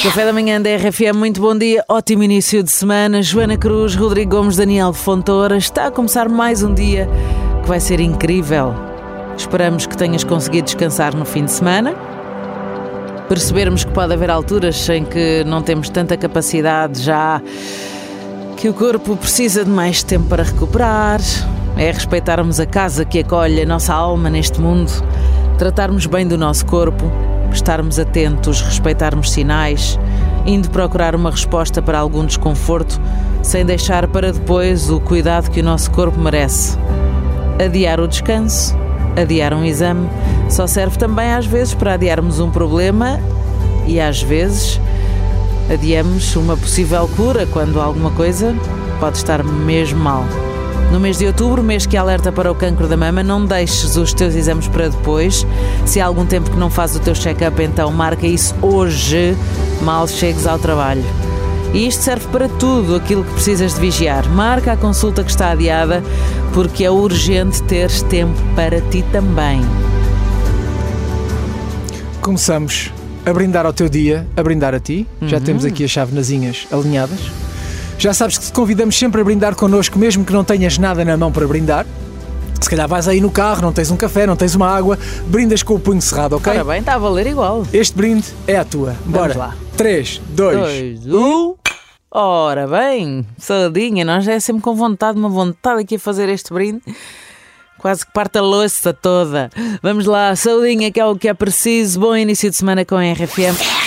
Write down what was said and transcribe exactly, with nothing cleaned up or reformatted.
Café da manhã da R F M, muito bom dia, ótimo início de semana. Joana Cruz, Rodrigo Gomes, Daniel Fontoura. Está a começar mais um dia que vai ser incrível. Esperamos que tenhas conseguido descansar no fim de semana. Percebermos que pode haver alturas em que não temos tanta capacidade já, que o corpo precisa de mais tempo para recuperar. É respeitarmos a casa que acolhe a nossa alma neste mundo, tratarmos bem do nosso corpo, estarmos atentos, respeitarmos sinais, indo procurar uma resposta para algum desconforto, sem deixar para depois o cuidado que o nosso corpo merece. Adiar o descanso, adiar um exame, só serve também às vezes para adiarmos um problema e às vezes adiamos uma possível cura quando alguma coisa pode estar mesmo mal. No mês de outubro, mês que alerta para o cancro da mama, não deixes os teus exames para depois. Se há algum tempo que não fazes o teu check-up, então marca isso hoje, mal chegues ao trabalho. E isto serve para tudo aquilo que precisas de vigiar. Marca a consulta que está adiada, porque é urgente teres tempo para ti também. Começamos a brindar ao teu dia, a brindar a ti. Uhum. Já temos aqui as chavenazinhas alinhadas. Já sabes que te convidamos sempre a brindar connosco, mesmo que não tenhas nada na mão para brindar. Se calhar vais aí no carro, não tens um café, não tens uma água, brindas com o punho cerrado, ok? Ora bem, está a valer igual. Este brinde é a tua. Bora. Vamos lá. três, dois, um... Ora bem, saudinha, nós já é sempre com vontade, uma vontade aqui a fazer este brinde. Quase que parte a louça toda. Vamos lá, saudinha, que é o que é preciso. Bom início de semana com a R F M.